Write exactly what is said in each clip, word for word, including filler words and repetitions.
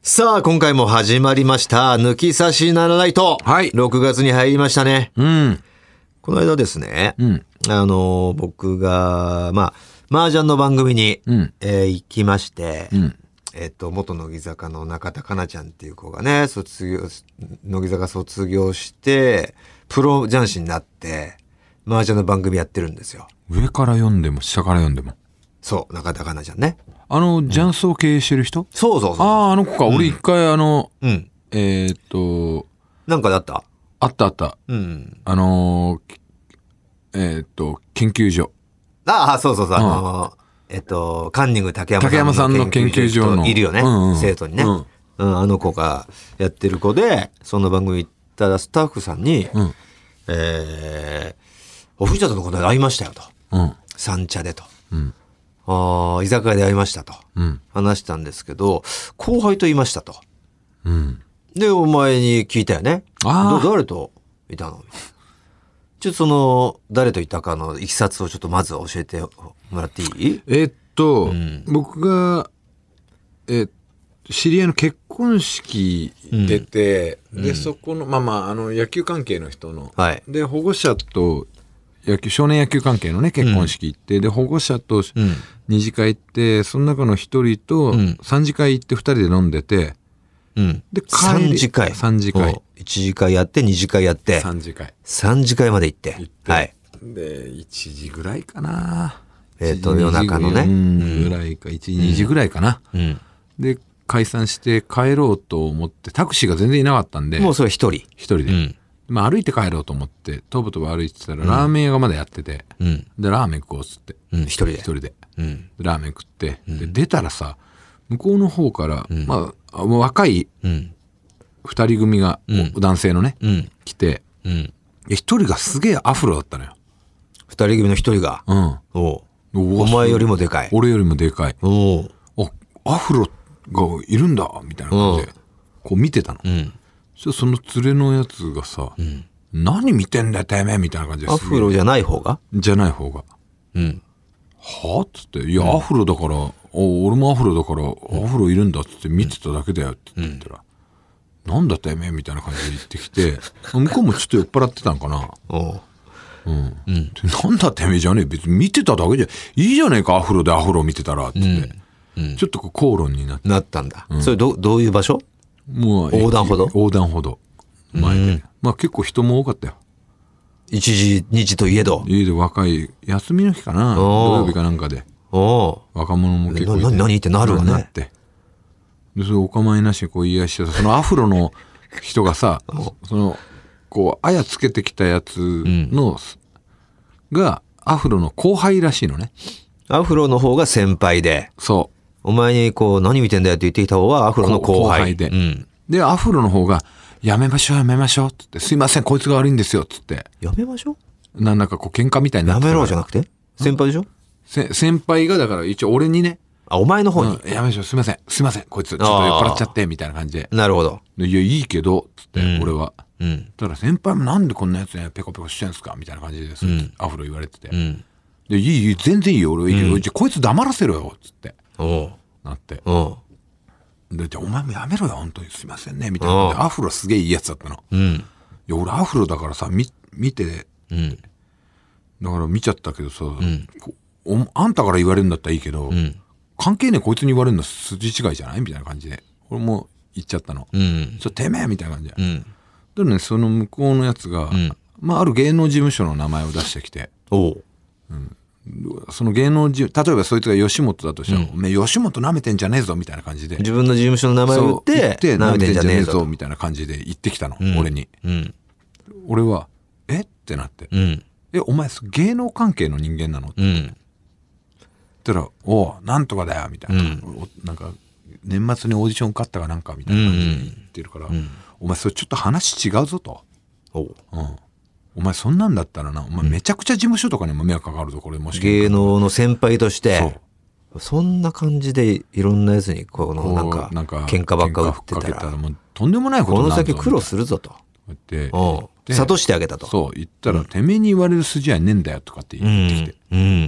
さあ今回も始まりました抜き差しならないと、 はい、 ろくがつに入りましたね。 うん、 この間ですね、 うん、 あの僕がまあ麻雀の番組に、 うんえー行きまして、 うん、 えっと元乃木坂の中田香菜ちゃんっていう子がね卒業乃木坂卒業してプロ雀士になって麻雀の番組やってるんですよ。 上から読んでも下から読んでも。 そう中田香菜ちゃんね。 あの雀荘を経営してる人、うん、 そうそうそう。 あああの子か、うん、俺一回あの、 うん、 えー、っとなんかだったあったあった、うん、あのえー、っと研究所、 ああそうそうそう、うん、あのえっとカンニング竹山さんの研究所のいるよね、うんうん、生徒にね、うんうん、あの子がやってる子でその番組行ったらスタッフさんに、うん、えー、お藤田とのことで会いましたよと、うん、三茶でと、うん、あ居酒屋で会いましたと、うん、話したんですけど後輩と言いましたと、うん、でお前に聞いたよね。あ誰といたのちょっとその誰といたかのいきさつをちょっとまず教えてもらっていい？ えー、っと、うん、僕が、えー、知り合いの結婚式出て、うん、でそこのまあまああの野球関係の人の、はい、で保護者と野球少年野球関係のね結婚式行って、うん、で保護者と二次会行ってその中の一人と三次会行って二人で飲んでて、 うん、でさん次会さん次会いち次会やってに次会やってさん次会さん次会まで行って行ってはいでいちじぐらいかなえっ、ー、と夜中のねうんぐらいかいちじにじぐらいかな、うん、で解散して帰ろうと思ってタクシーが全然いなかったんでもうそれ一人一人で、うんまあ、歩いて帰ろうと思ってとぼとぼ歩いてたら、うん、ラーメン屋がまだやってて、うん、でラーメン食おうっつって、 うん、一人で一人で、うん、ラーメン食って、うん、で出たらさ向こうの方から、うんまあ、若いふたり組が、うん、男性のね、うん、来て一、うん、人がすげえアフロだったのよ。 ふたり組の一人が、うん、お, お前よりもでかい俺よりもでかいおアフロがいるんだみたいな感じでこう見てたの、うんその連れのやつがさ、うん、何見てんだよてめえみたいな感じです。 アフロじゃない方がじゃない方が、うん、はっつっていや、うん、アフロだからお俺もアフロだから、うん、アフロいるんだっつって見てただけだよって言ったら、うん、なんだてめえみたいな感じで言ってきて向こうもちょっと酔っ払ってたんかなおう、うんうん、なんだてめえじゃねえ別に見てただけじゃいいじゃねえかアフロでアフロ見てたらって言って、うんうん、ちょっとこう口論になってなったんだ、うん、それ ど, どういう場所もう横断歩道横断歩道前で、うん、まあ結構人も多かったよいちじにじといえど家で若い休みの日かな土曜日かなんかで若者も結構いて何何ってなるわねなってでそれお構いなしにこう言い合いしてそのアフロの人がさそのこうあやつけてきたやつの、うん、がアフロの後輩らしいのね。 アフロの方が先輩でそうお前にこう何見てんだよって言ってきた方はアフロの後輩、後輩で、うん、でアフロの方がやめましょうやめましょうってってすいませんこいつが悪いんですよっつってやめましょうなんだかこう喧嘩みたいになってやめろじゃなくて先輩でしょ先輩がだから一応俺にねあお前の方に、 うん、やめましょうすいませんすいませんこいつちょっと酔っ払っちゃってみたいな感じでなるほどでいやいいけどっつって、うん、俺は、うん、ただ先輩もなんでこんなやつねペコペコしてんすかみたいな感じです、うん、アフロ言われてて、うん、でいいいい全然いいよ俺はいいけど、うん、じゃこいつ黙らせろよっつっておなってでじゃあお前もやめろよ本当にすいませんねみたいなアフロすげえいいやつだったの、うん、いや俺アフロだからさ 見, 見て、うん、だから見ちゃったけどさ、うん、おあんたから言われるんだったらいいけど、うん、関係ねえこいつに言われるの筋違いじゃないみたいな感じで俺も言っちゃったの、うん、ちょてめえみたいな感じで、うん、でねその向こうのやつが、うんまあ、ある芸能事務所の名前を出してきておう、うんその芸能事例えばそいつが吉本だとしたら、うん、おめえ吉本舐めてんじゃねえぞみたいな感じで自分の事務所の名前を言って舐めてんじゃねえぞみたいな感じで言ってきたの、うん、俺に、うん、俺はえってなって、うん、えお前芸能関係の人間なのって言ったらおうなんとかだよみたいな、うん、なんか年末にオーディション受かったかなんかみたいな感じで言ってるから、うんうん、お前それちょっと話違うぞとおう、うんお前そんなんだったらなお前めちゃくちゃ事務所とかにも迷惑かかるぞこれもし芸能の先輩としてそ, そんな感じでいろんなやつにこのなんか喧嘩ばっか打ってたらたらもうとんでもないことになるぞこの先苦労するぞと言って諭してあげたとそう言ったら、うん、てめえに言われる筋合いねえんだよとかって言ってきて、うんうん、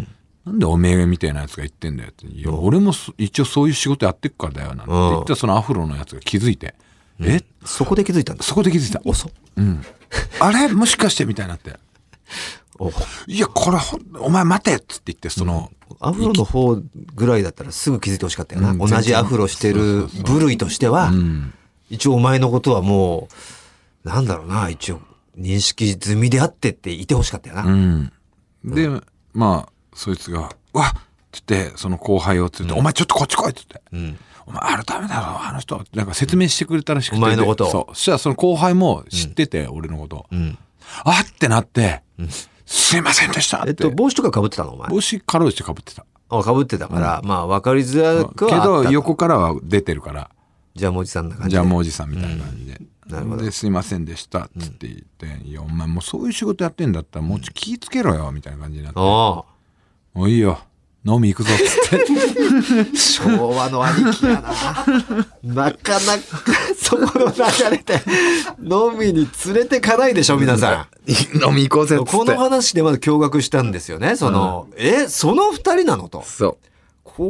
なんでおめえみたいなやつが言ってんだよって。いや、俺も一応そういう仕事やってっからだよなんて言ったら、そのアフロのやつが気づいて、 うん、えそこで気づいたんだ。 そこで気づいた。 遅っ。 うん。あれもしかしてみたいになって。おいや、これほお前待てっつって言って、その、 うん、アフロの方ぐらいだったらすぐ気づいてほしかったよな。うん、同じアフロしてる部類としては、一応お前のことはもう、なんだろうな、一応認識済みであってっていてほしかったよな。 うん。で、うん、まあ、そいつが、うわっつって、その後輩をつって、うん、お前ちょっとこっち来いっつって。うん、お前、あれダメだろ、あの人。なんか説明してくれたらしくて。 お前のこと。 そう。そしたらその後輩も知ってて、うん、俺のこと。うん、あってなって、うん、すいませんでしたって。えっと、 帽子とか被ってたのお前。 帽子かろうじて被ってた。 あ、被ってたから、うん、まあ分かりづらくはあった。 けど、横からは出てるから。 ジャムおじさんな感じで。 ジャムおじさんみたいな感じで。 うん、なるほど。 で、すいませんでしたっつって言って、うん、いや、お前もうそういう仕事やってんだったらもうちょっと気ぃつけろよ、みたいな感じになって。もういいよ。飲み行くぞっつって昭和の兄貴やな。なかなかそこの流れで飲みに連れてかないでしょ皆さん。飲み行こうぜっつって。 この話でまず驚愕したんですよね。その、うん、えその二人なのと。 そう。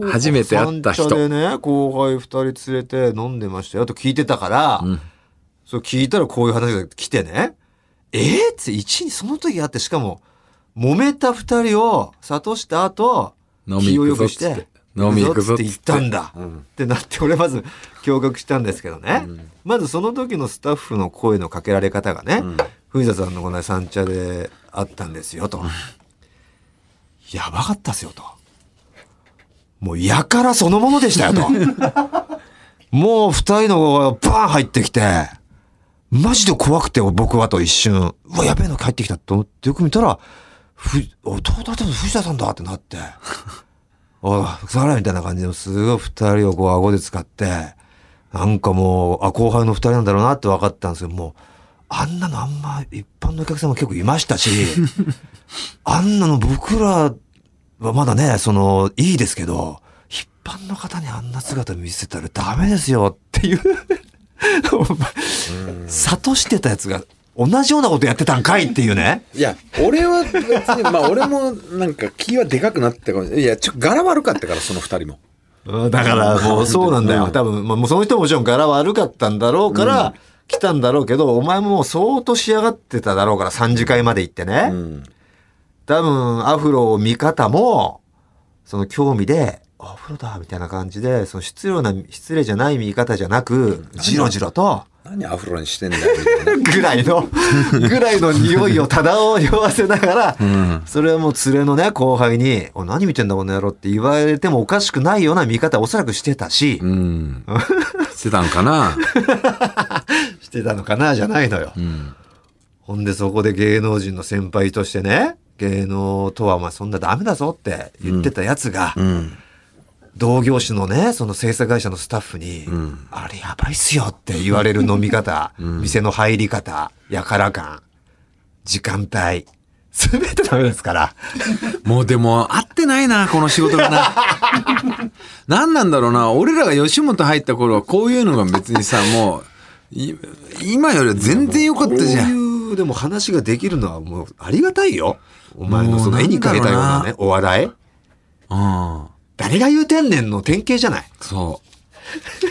初めて会った人。 三茶でね後輩二人連れて飲んでましたよと聞いてたから、うん、そう聞いたらこういう話が来てね。えー、って一にその時あってしかも揉めた二人を諭した後。 飲み行くぞっつって。 飲み行くぞって言ったんだ、うん、ってなって俺まず驚愕したんですけどね、うん、まずその時のスタッフの声のかけられ方がね、うん、藤田さんのこの三茶であったんですよと、うん、やばかったっすよと、もうやからそのものでしたよともう二人の子がバーン入ってきてマジで怖くて僕はと一瞬うわやべえの入ってきたと思ってよく見たらふ、お、どうだったの藤田さんだってなって。おい、草原みたいな感じで、すごい二人をこう顎で使って、なんかもう、あ、後輩の二人なんだろうなって分かったんですけど、もう、あんなのあんま一般のお客様結構いましたし、あんなの僕らはまだね、その、いいですけど、一般の方にあんな姿見せたらダメですよっていう、諭してたやつが、同じようなことやってたんかいっていうね。 いや、俺は別に、まあ俺もなんか気はでかくなってかもしれない。いや、ちょっと柄悪かったから、その二人も。 だからもうそうなんだよ。多分、まあもうその人ももちろん柄悪かったんだろうから、来たんだろうけど、お前ももう相当仕上がってただろうから、さん次会まで行ってね。うん、多分、アフロを見方も、その興味で、アフロだみたいな感じで、その失礼な、失礼じゃない見方じゃなく、じろじろと、 何アフロにしてんだよみたいなぐらいのぐらいの匂いを漂わせながら、うん、それはもう連れのね後輩にお何見てんだこの野郎って言われてもおかしくないような見方をおそらくしてたし、うん、 してたのかなしてたのかなじゃないのよ、うん、ほんでそこで芸能人の先輩としてね芸能とはお前そんなダメだぞって言ってたやつが、うんうん同業種のね、その制作会社のスタッフに、うん、あれやばいっすよって言われる飲み方、うん、店の入り方、やから感、時間帯、すべてダメですから。 もうでも合ってないな、この仕事がな。何なんだろうな、俺らが吉本入った頃はこういうのが別にさ、もう、今よりは全然良かったじゃん。 こういうでも話ができるのはもうありがたいよ。お前のその絵に描けたようなね、お笑い。うん。誰が言うてんねんの典型じゃない。 そう。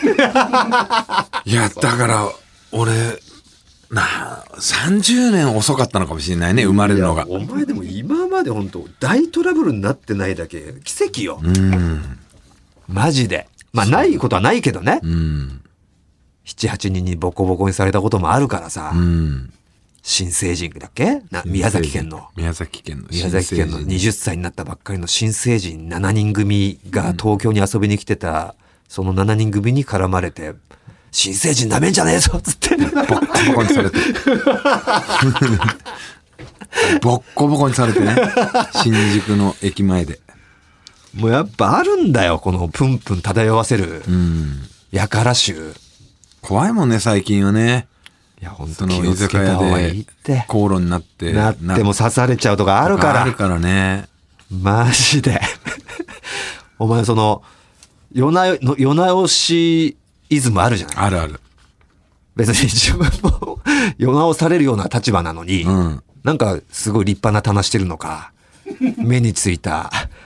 いや、だから、俺、なあ、さんじゅうねん遅かったのかもしれないね、生まれるのが。 お前でも今まで本当大トラブルになってないだけ、奇跡よ。うん。マジで。まあ、ないことはないけどね。うん。七八人にボコボコにされたこともあるからさ。うん。新成人だっけな宮崎県の。 宮崎県の。 宮崎県のはたちになったばっかりの新成人しちにん組が東京に遊びに来てた、そのしちにん組に絡まれて、新成人なめんじゃねえぞっつって。ボッコボコにされて。 ボッコボコにされてね。新宿の駅前で。 もうやっぱあるんだよ、このプンプン漂わせる。うん。やから臭。 怖いもんね、最近はね。 いや本当に気をつけた方がいいって口論になってなっても刺されちゃうとかあるからあるからねマジでお前その世な世直しイズムあるじゃない。 あるある。 別に自分も世直されるような立場なのに、うん、なんかすごい立派な棚してるのか目についた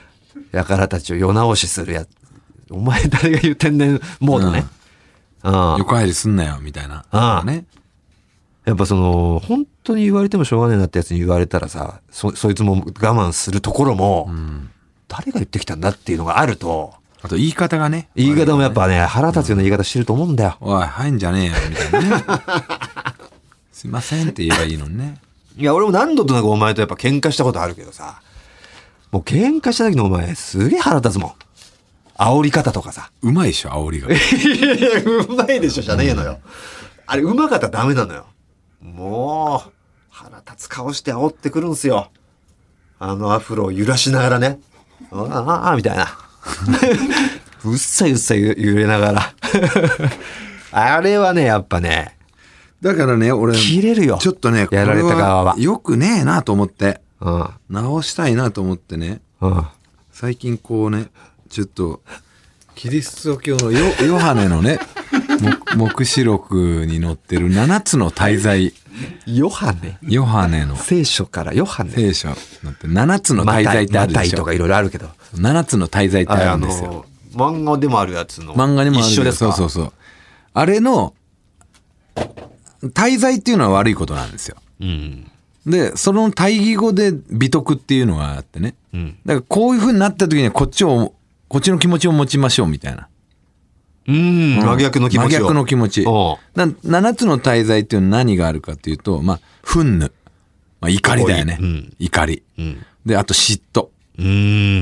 輩たちを世直しするやつ。お前誰が言ってんねんモードね。 うん、横入りすんなよみたいな。 ああね。やっぱその本当に言われてもしょうがねえなってやつに言われたらさ、そそいつも我慢するところも、うん、誰が言ってきたんだっていうのがあると。 あと言い方がね。 言い方もやっぱね、腹立つような言い方してると思うんだよ。 うん、おい入んじゃねえよみたいなね。すいませんって言えばいいのにね。 いや俺も何度となくお前とやっぱ喧嘩したことあるけどさ、もう喧嘩した時のお前すげえ腹立つもん。煽り方とかさ。 うまいでしょ煽りが。 いやいやうまいでしょじゃねえのよ。うん、あれうまかったらダメなのよ。もう腹立つ顔して煽ってくるんすよ。あのアフロを揺らしながらね。あああみたいな。うっさいうっさい揺れながら。あれはねやっぱね。 だからね俺切れるよ。 ちょっとねやられた側はよくねえなと思って、 うん、 直したいなと思ってね、うん、最近こうねちょっとキリスト教の ヨ, ヨハネのね黙示録に載ってるななつの大罪。 ヨハネヨハネの聖書からヨハネ聖書載ってななつの大罪ってあるでしょ。マタイとかいろいろあるけどななつの大罪ってあるんですよ。 漫画でもあるやつの漫画にもある一緒ですか。 そうそうそう。あれの大罪っていうのは悪いことなんですよ。うん、でその対義語で美徳っていうのがあってね、うん、だからこういう風になった時にはこっちをこっちの気持ちを持ちましょうみたいな。 うん、うん、真逆の気持ちを。 真逆の気持ち。ななつの大罪っていうのは何があるかっていうと、まあ憤怒、まあ、怒りだよね。うん、怒り、うん。であと嫉妬。うん、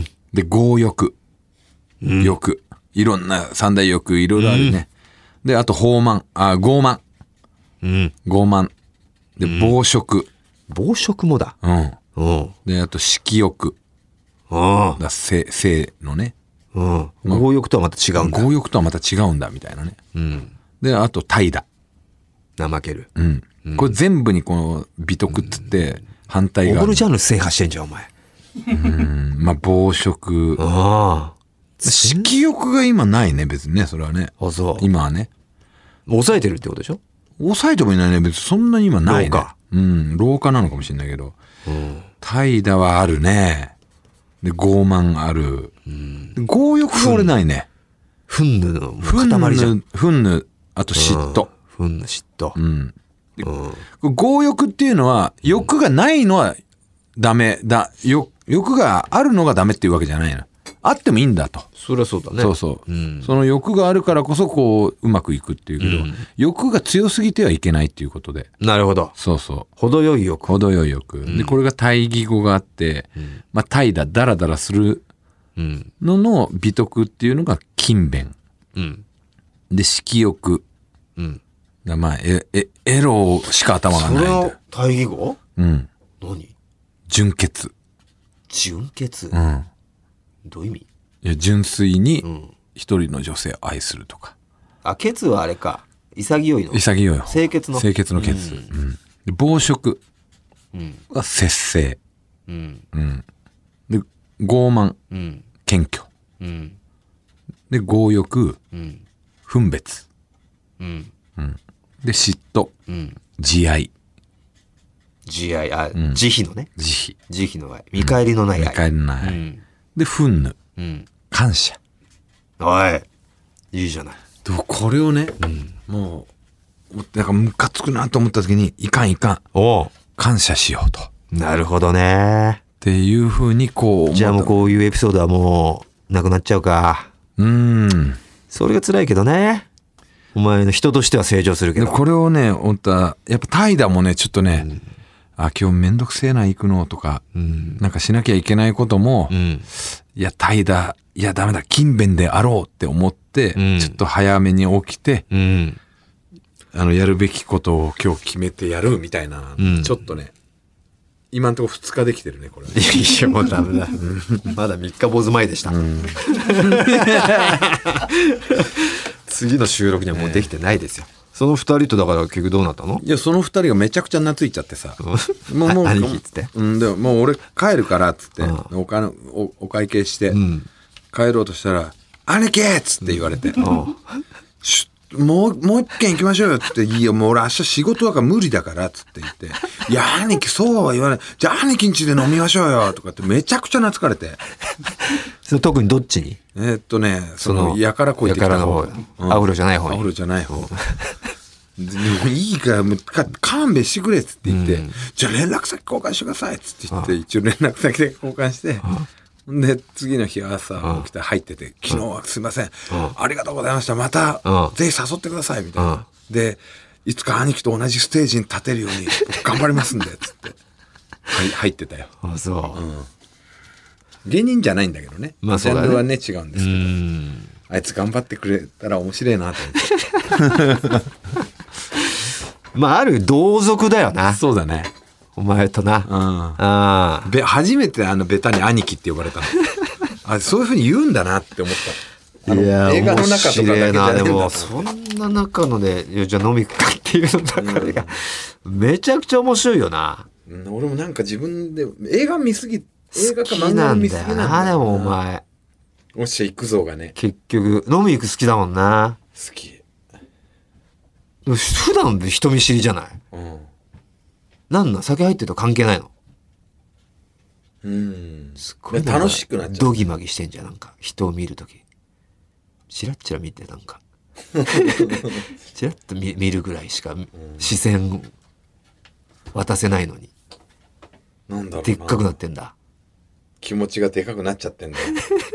で強欲、うん、欲。いろんな三大欲いろいろあるね。うん、であと放慢、あ傲慢。うん、傲慢で暴食、 うん、暴食もだ、 うんうん、であと色欲、あだ性性のね、 うん、強欲とはまた違うんだ。 強欲とはまた違うんだみたいなね、うん、であと怠惰、 怠ける、 うんうん、これ全部にこの美徳っつって反対がオールジャンル制覇してんじゃんお前。 うんまあ暴食、あ色欲が今ないね別にねそれはね。 あそう今はね抑えてるってことでしょ。 抑えてもいないね別にそんなに今ないね。老化、うん、老化なのかもしれないけど、うん、怠惰はあるね。で傲慢ある、うん、強欲が俺ないね。 憤怒の塊じゃん。 憤怒あと嫉妬、 うん、憤怒嫉妬、 うんうん、強欲っていうのは欲がないのはダメだ。欲欲があるのがダメっていうわけじゃないの。あってもいいんだと。 そりゃそうだね。 そうそう、うん、その欲があるからこそこううまくいくっていうけど、うん、欲が強すぎてはいけないっていうことで。 なるほど。 そうそう。 程よい欲。 程よい欲、うん、でこれが対義語があって、うん、まあ怠惰ダラダラするのの美徳っていうのが勤勉、うん、で色欲、うん、だまあエエエロしか頭がないんだよ。それの対義語？うん。何？ 純潔。 純潔。うん。どういう意味？ いや純粋に一人の女性を愛するとか、 うん、あ潔はあれか潔いの潔いよ清潔の清潔の潔、うんうん、で暴食は節制、うんうん、で傲慢、うん、謙虚、うん、で強欲、うん、分別、うんうん、で嫉妬、うん、慈愛慈愛あ、うん、慈悲のね慈悲慈悲の愛見返りのない愛、 見返りのない愛、うんで憤怒、うん、感謝。 おいいいじゃない。 でもこれをね、うん、もうなんかムカつくなと思った時にいかんいかんお感謝しようと。 なるほどねっていうふうにこうじゃあもうこういうエピソードはもうなくなっちゃうか。うんそれが辛いけどね。お前の人としては成長するけどこれをね本当はやっぱ怠惰もねちょっとね、うんあ今日めんどくせえな行くのとか、うん、なんかしなきゃいけないことも、うん、いや怠惰いやダメだ勤勉であろうって思って、うん、ちょっと早めに起きて、うん、あのやるべきことを今日決めてやるみたいな、うん、ちょっとね今のところふつかできてるねこれね。 いやもうダメだまだみっか坊主前でした、うん、次の収録にはもうできてないですよ、ねその二人とだから結局どうなったの？ いやその二人がめちゃくちゃ懐いちゃってさもうもう兄貴っつって、 うん、でももう俺帰るからっつって、うん、お金 お, お会計して、うん、帰ろうとしたら兄貴っつって言われて、うん、シュッもうもう一軒行きましょうよっつって、いいよもう俺明日仕事だから無理だからっつって言って、いや兄貴そうは言わない、じゃあ兄貴ん家で飲みましょうよとかってめちゃくちゃ懐かれて。 その特にどっちに？ えー、っとねそのやからこいてきた方、 うん、アフロじゃない方に。 アフロじゃない方。いいからもうか勘弁してくれっつって言って、うん、じゃあ連絡先交換してくださいっつって言って、一応連絡先で交換して、で次の日朝起きたら入ってて、昨日はすいません、ありがとうございました、またぜひ誘ってくださいみたいな、でいつか兄貴と同じステージに立てるように頑張りますんでっつって入ってたよ。あそう、うん、芸人じゃないんだけどね、まあそうだね、ジャンルはね違うんですけど、うんあいつ頑張ってくれたら面白いなと思ってまあある同族だよな。 そうだねお前とな、うん、 あべ初めてあのベタに兄貴って呼ばれたのあそういうふうに言うんだなって思った。あのいや映画の中とかだけじゃないんだな。 でもそんな中ので、ね、じゃあ飲みかっていうの中でが、うん、めちゃくちゃ面白いよな、 うん、俺もなんか自分で映画見すぎ映画か漫画見すぎなんだよな。 でもお前おっしゃ行くぞがね、 結局飲み行く好きだもんな。 好き。 普段で人見知りじゃない、うん、なんなん酒入ってると関係ないの。 うんすごい楽しくなっちゃう。 ドギマギしてんじゃん。なんか人を見るときチラッチラ見てなんかチラッと 見, 見るぐらいしか視線渡せないのに、 なんだろうな、 でっかくなってんだ。 気持ちがでかくなっちゃってんだよ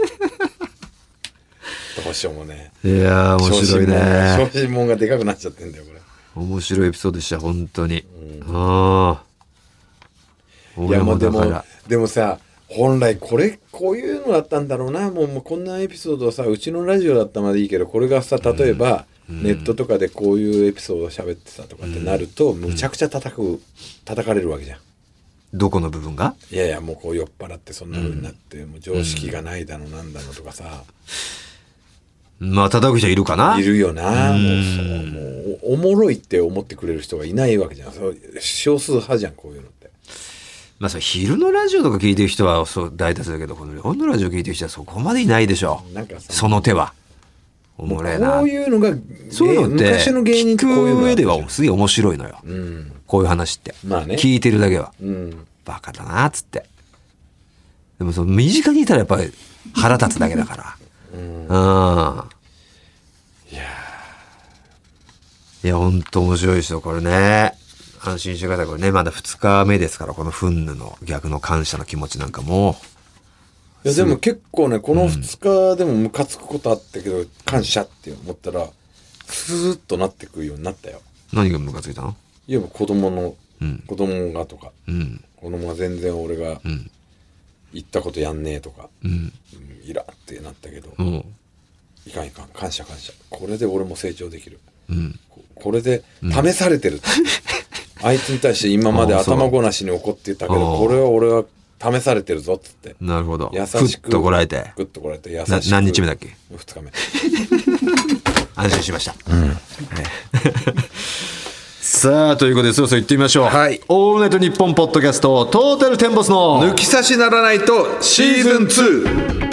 どうしようもね。 いやー面白いね。 小心者がでかくなっちゃってんだよこれ。 面白いエピソードでした本当に、うん、ああいやもうでもでもさ本来これこういうのだったんだろうな。もう、もうこんなエピソードをさうちのラジオだったまでいいけど、これがさ例えば、うん、ネットとかでこういうエピソードを喋ってたとかってなると、うん、むちゃくちゃ叩く叩かれるわけじゃん。 どこの部分が？ いやいやもうこう酔っ払ってそんな風になって、うん、もう常識がないだのなんだのとかさ、 うん、まあ叩く人いるかな。 いるよな。もうそうもうおもろいって思ってくれる人がいないわけじゃん。そう少数派じゃんこういうのって。 まあそれ昼のラジオとか聞いてる人はそう大多数だけど、この夜のラジオ聞いてる人はそこまでいないでしょ。なんかその手はおもれえな。 こういうのがそういうのって昔の芸人ってこういうの聞く上ではすげえ面白いのよ、うん、こういう話って、まあね、聞いてるだけは、うん、バカだなっつって。でもその身近にいたらやっぱり腹立つだけだから、うん、うん、いやいやほんと面白いですよこれね。安心してください。これねまだふつかめですから、このフンヌの逆の感謝の気持ちなんかも。 いやでも結構ねこのふつかでもムカつくことあったけど、うん、感謝って思ったらスーッとなってくるようになったよ。 何がムカついたの？ いや子供の、うん、子供がとか、うん、子供が全然俺が言ったことやんねえとか、うん、イラってなったけど、うん、いかんいかん感謝感謝、これで俺も成長できる、うん、こ, これで試されてる、うん、あいつに対して今まで頭ごなしに怒ってたけどこれは俺は試されてるぞっつって。 なるほど。 優しくグッとこらえてグッとこらえて優しく。 何日目だっけ？ ふつかめ安心しました、うんはい、さあということでそろそろ行ってみましょう。はい。オールナイトニッポンポッドキャストトータルテンボスの抜き差しならないとシーズンツー。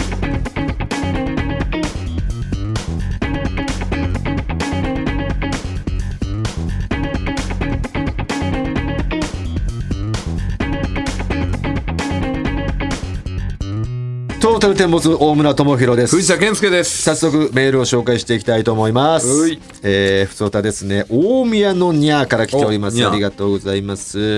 トータルテンボス大村智弘です。 藤田健介です。 早速メールを紹介していきたいと思います。えー、ふつおたですね、大宮のにゃーから来ております。ありがとうございます。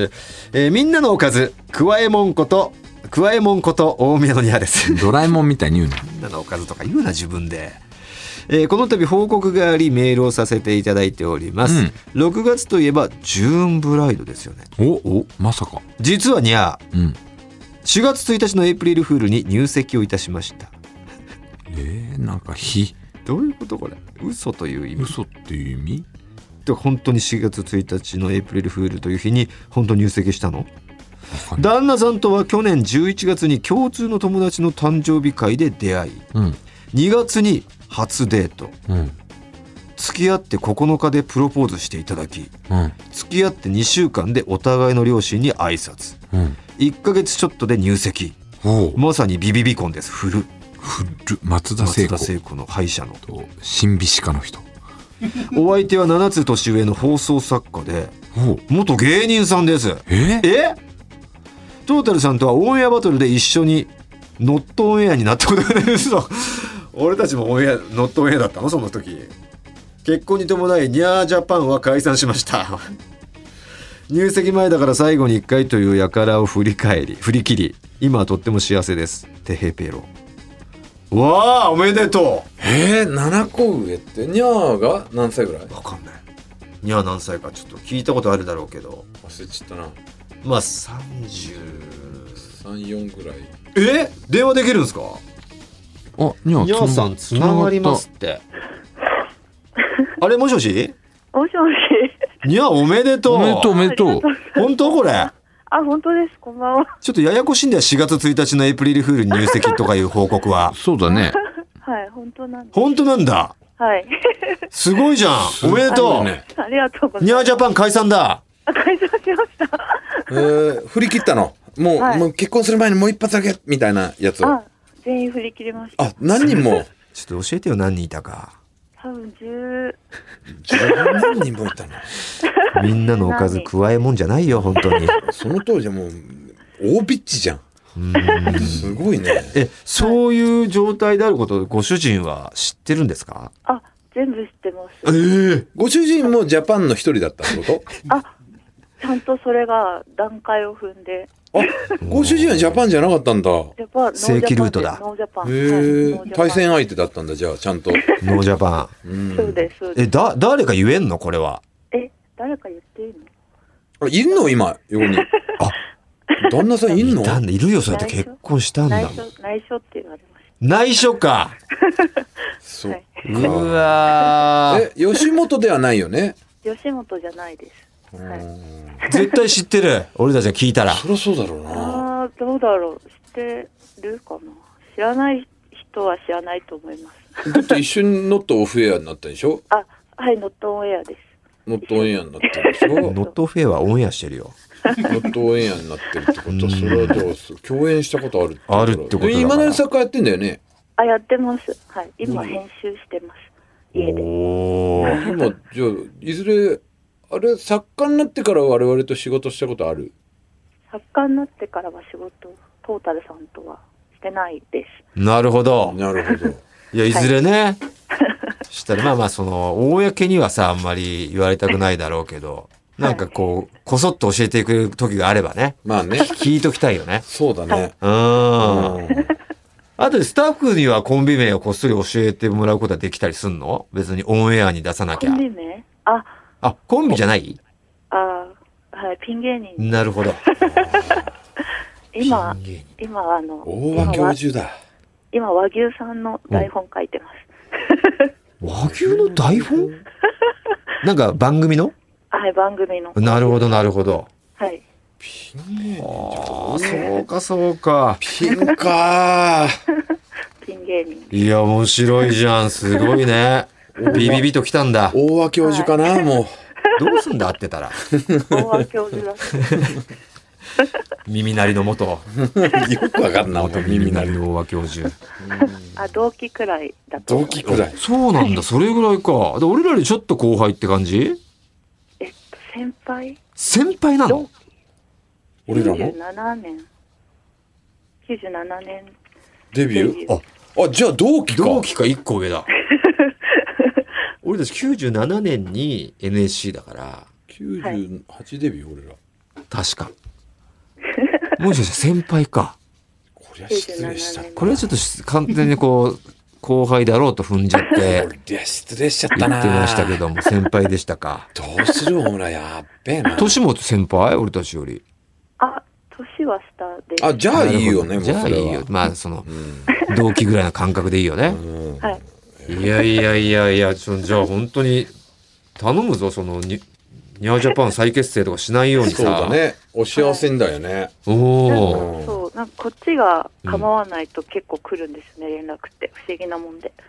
えー、みんなのおかずくわえもんことくわえもんこと大宮のにゃーです。 ドラえもんみたいに言うな。 みんなのおかずとか言うな自分で。えー、この度報告がありメールをさせていただいております、うん、ろくがつといえばジューンブライドですよね。 おおまさか。 実はにゃー、うんしがつついたちのエイプリルフールに入籍をいたしました。 えー、なんか非どういうことこれ？嘘という意味？ 嘘っていう意味？ で本当にしがつついたちのエイプリルフールという日に本当に入籍したの？旦那さんとは去年じゅういちがつに共通の友達の誕生日会で出会い、うん、にがつに初デート、うん、付き合ってここのかでプロポーズしていただき、うん、付き合ってにしゅうかんでお互いの両親に挨拶、うんいっかげつちょっとで入籍。まさにビビビ婚です。フルフル松田聖子松田聖子の歯医者のと新美歯科の人。 お相手はななつ年上の放送作家で元芸人さんです。 ええトータルさんとはオンエアバトルで一緒にノットオンエアになったことがないです。俺たちもオンエアノットオンエアだったのその時。結婚に伴いニャージャパンは解散しました。入籍前だから最後にいっかいという輩を振り返り振り切り今はとっても幸せです。テヘペロ。わあおめでとう。 えー、ななこ上ってニャーが何歳ぐらい？ わかんない。ニャー何歳かちょっと聞いたことあるだろうけど忘れちゃったな。 まあさんじゅうさん、よんぐらい。 え電話できるんですか？ あ、ニャーニャーさんつながりますってあれもしもしもしもし。 ニャーおめでとう。 おめでとうおめでとう。 本当これ？ あ、本当です。こんばんは。 ちょっとややこしいんだよ。しがつついたちのエイプリルフールに入籍とかいう報告は。 そうだね。 はい、本当なんです。 本当なんだ。 はい。 すごいじゃん。おめでとう。 ね、 ありがとうございます。 ニャージャパン解散だ。 あ、解散しました。 えー、振り切ったの。もう、はい、もう結婚する前にもう一発だけみたいなやつを。 あ、全員振り切りました。 あ、何人も。 ちょっと教えてよ何人いたか。 多分十。 十何人もいたの。 みんなのおかず加えもんじゃないよ本当に。 その当時はもう大ビッチじゃん。うんすごいね。 え、そういう状態であることをご主人は知ってるんですか？ あ、全部知ってます。 えー、 ご主人もジャパンの一人だったってこと？ あ、ちゃんとそれが段階を踏んで。 あ、ご主人はジャパンじゃなかったんだ。 ジャパン正規ルートだ。 ノージャパン。 へえ、対戦相手だったんだじゃあちゃんと。 ノージャパン。うん、そうですそうです。 え、だ誰か言えんのこれは？ え、誰か言っていいの？ あ、いるの今横に。あ、旦那さんいるの？ いたんだ、いるよ。そうやって結婚したんだ。 内緒、内緒って言われました。 内緒か。 そうか。 うわえ、吉本ではないよね？ 吉本じゃないです。はい、 絶対知ってる。俺たちが聞いたら。 そりゃそうだろうな。 ああ、どうだろう。知ってるかな。知らない人は知らないと思います。 だって一緒にノットオフエアになったでしょ？ あ、はい、ノットオンエアです。 ノットオンエアになってるでしょ？ ノットオフエアはオンエアしてるよ。 ノットオンエアになってるってことは、それはどう共演したことあるってことあるってことだから。 今成作家やってんだよね？ あ、やってます。はい。今編集してます。家で。 おー。 今じゃあいずれあれ作家になってから我々と仕事したことある？ 作家になってからは仕事トータルさんとはしてないです。 なるほど。 なるほど。 いやいずれね。はい、したらまあまあその公にはさあんまり言われたくないだろうけど。なんかこうこそっと教えていく時があればね。 まあね。 聞いときたいよね。 そうだね。 うん。あとでスタッフにはコンビ名をこっそり教えてもらうことはできたりすんの？別にオンエアに出さなきゃ。 コンビ名？あ、 あ、コンビじゃない？ あ、はい、ピン芸人。 なるほど。 今今あの大和教授だ。 今和牛さんの台本書いてます。 和牛の台本？なんか番組の？ はい、番組の。 なるほどなるほど。 はい。 ピン芸人。 ああ、そうかそうか。 ピンか。 ピン芸人。 いや面白いじゃん、すごいね。ビビビときたんだ。 大和教授かな、はい、もう。 どうすんだ会ってたら。 大和教授だ。 耳鳴りの元。 よくわかんない。 耳鳴りの大和教授。 あ、同期くらいだと。 同期くらい。 そうなんだ、それぐらいか。で俺らよりちょっと後輩って感じ？ えっと先輩。 先輩なの？ 俺らも？ きゅうじゅうななねん。きゅうじゅうななねん。 デビュー？あ、あ、じゃあ同期か。 同期かいっこ上だ。俺たちきゅうじゅうななねんに エヌエスシー だから。 きゅうじゅうはちデビュー俺ら。 確か。もしかして先輩か。 こりゃ失礼した。 これはちょっと完全にこう後輩だろうと踏んじゃって。 いや失礼しちゃったな。 言ってましたけども先輩でしたか。 どうする俺らやっべえな。 年も先輩俺たちより。 あ、年は下です。 あ、じゃあいいよね。 じゃあいいよ。まあその、うん、同期ぐらいの感覚でいいよね。 うん、はい。 いやいやいやいや、ちょじゃあ本当に頼むぞ、そのニャージャパン再結成とかしないようにさ。 そうだね。お幸せんだよね。はい、 おお。 そう、なんかこっちが構わないと結構来るんですね、うん、連絡って不思議なもんで。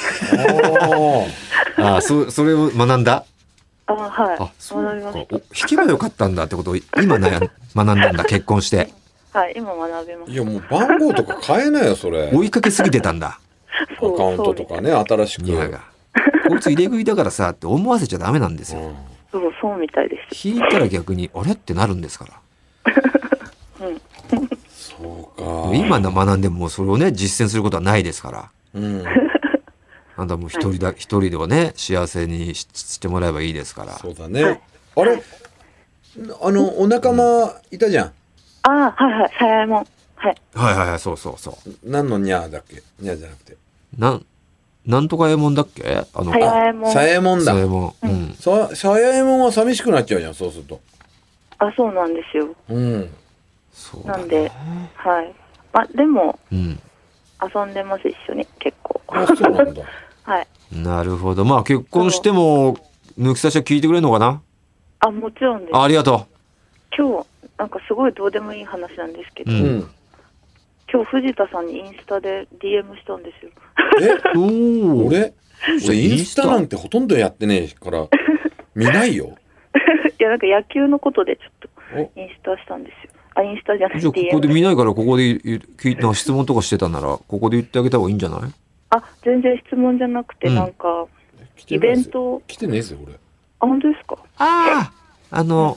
ああ、そそれを学んだ。 あ、はい。 あ、そう学びました。 引けばよかったんだってことを今なや学んだんだ、結婚して。 はい、今学びました。 いやもう番号とか変えなよそれ。 追いかけすぎてたんだ。 アカウントとかね、新しく。 こいつ入れ食いだからさって思わせちゃダメなんですよ、うん、 そうそうみたいです。 引いたら逆にあれってなるんですからうん、 そうか。 今の学んでもそれをね実践することはないですから、 うん、 あんたもう一人だ、はい、一人ではね幸せに し, してもらえばいいですから。 そうだね、はい、あれあのお仲間いたじゃん、うん、 ああはいはいさやえもん、はい、 はいはいはいそうそうそう。 何のニャーだっけ？ニャーじゃなくてなんなんとかえもんだっけ？あのさやえもん。 さやえもんだ。 さやえもん、うん、 ささやえもんは寂しくなっちゃうじゃんそうすると。 あそうなんですよ。 うんそうだね、 なんではいまあでも、 うん、 遊んでます一緒に結構。 あそうなんだはいなるほど。まあ結婚しても抜き差しは聞いてくれるのかな？ あもちろんです。 あ, ありがとう。今日なんかすごいどうでもいい話なんですけど、 うん、 今日藤田さんにインスタで ディーエム したんですよ。 えお俺俺インスタなんてほとんどやってねえから見ないよいやなんか野球のことでちょっとインスタしたんですよ。あインスタじゃない。 じゃあここで見ないからここで聞いて質問とかしてたならここで言ってあげた方がいいんじゃない？ あ全然質問じゃなくて、うん、なんかイベント来てねえぜ俺。 あ本当ですか？ あああの、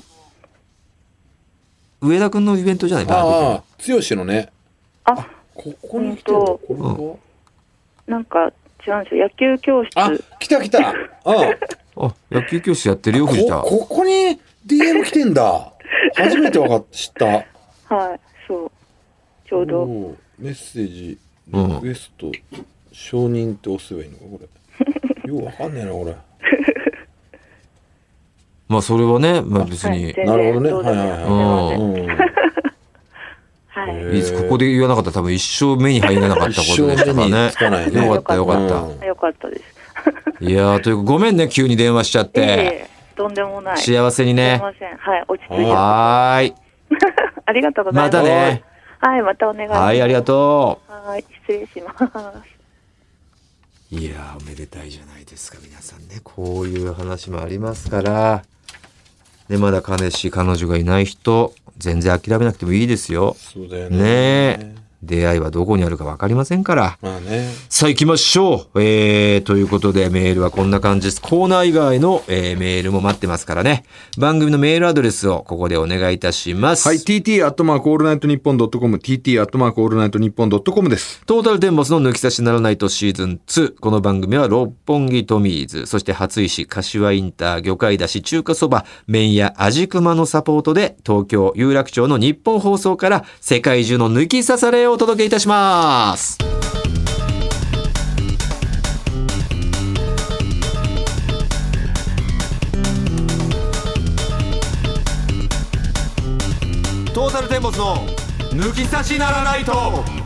うん、上田君のイベントじゃない？ ああ剛のね。 あここに来てるの、 うん、なんか違うんですよ野球教室。 あ来た来たああ野球教室やってるよ藤田。 ここに ディーエム 来てんだ初めてわかっ知った。 はいそうちょうどメッセージリクエスト、うん、承認って押せばいいのかこれようわかんねえなこれまあそれはね、まあ、別に、 はい、なるほどねはいはいはい、 いつここで言わなかったら多分一生目に入らなかったことでしたからね。 つかないね。 よかったよかった、 うん、よかったですいやーというごめんね急に電話しちゃって、 えー、とんでもない。 幸せにね。 すいませんはい落ち着いてはーいありがとうございます。 またね。 はいまたお願いします。 はいありがとう。はい失礼しますいやーおめでたいじゃないですか皆さんね。こういう話もありますからね。まだ彼氏彼女がいない人全然諦めなくてもいいですよ。 そうだよね。 ねえ出会いはどこにあるか分かりませんから。 まあね。 さあ行きましょう。えー、ということでメールはこんな感じです。コーナー以外の、えー、メールも待ってますからね。番組のメールアドレスをここでお願いいたします。 はい、ティーティー アットマークオールナイトニッポンドットコム、ティーティー アットマークオールナイトニッポンドットコムです。 トータルテンボスの抜き差しならないとシーズンツー。この番組は六本木トミーズ、そして初石、柏インター、魚介だし、中華そば、麺屋、味熊のサポートで東京有楽町の日本放送から世界中の抜き差されをお届けいたします。トータルテンボスの抜き差しならないと。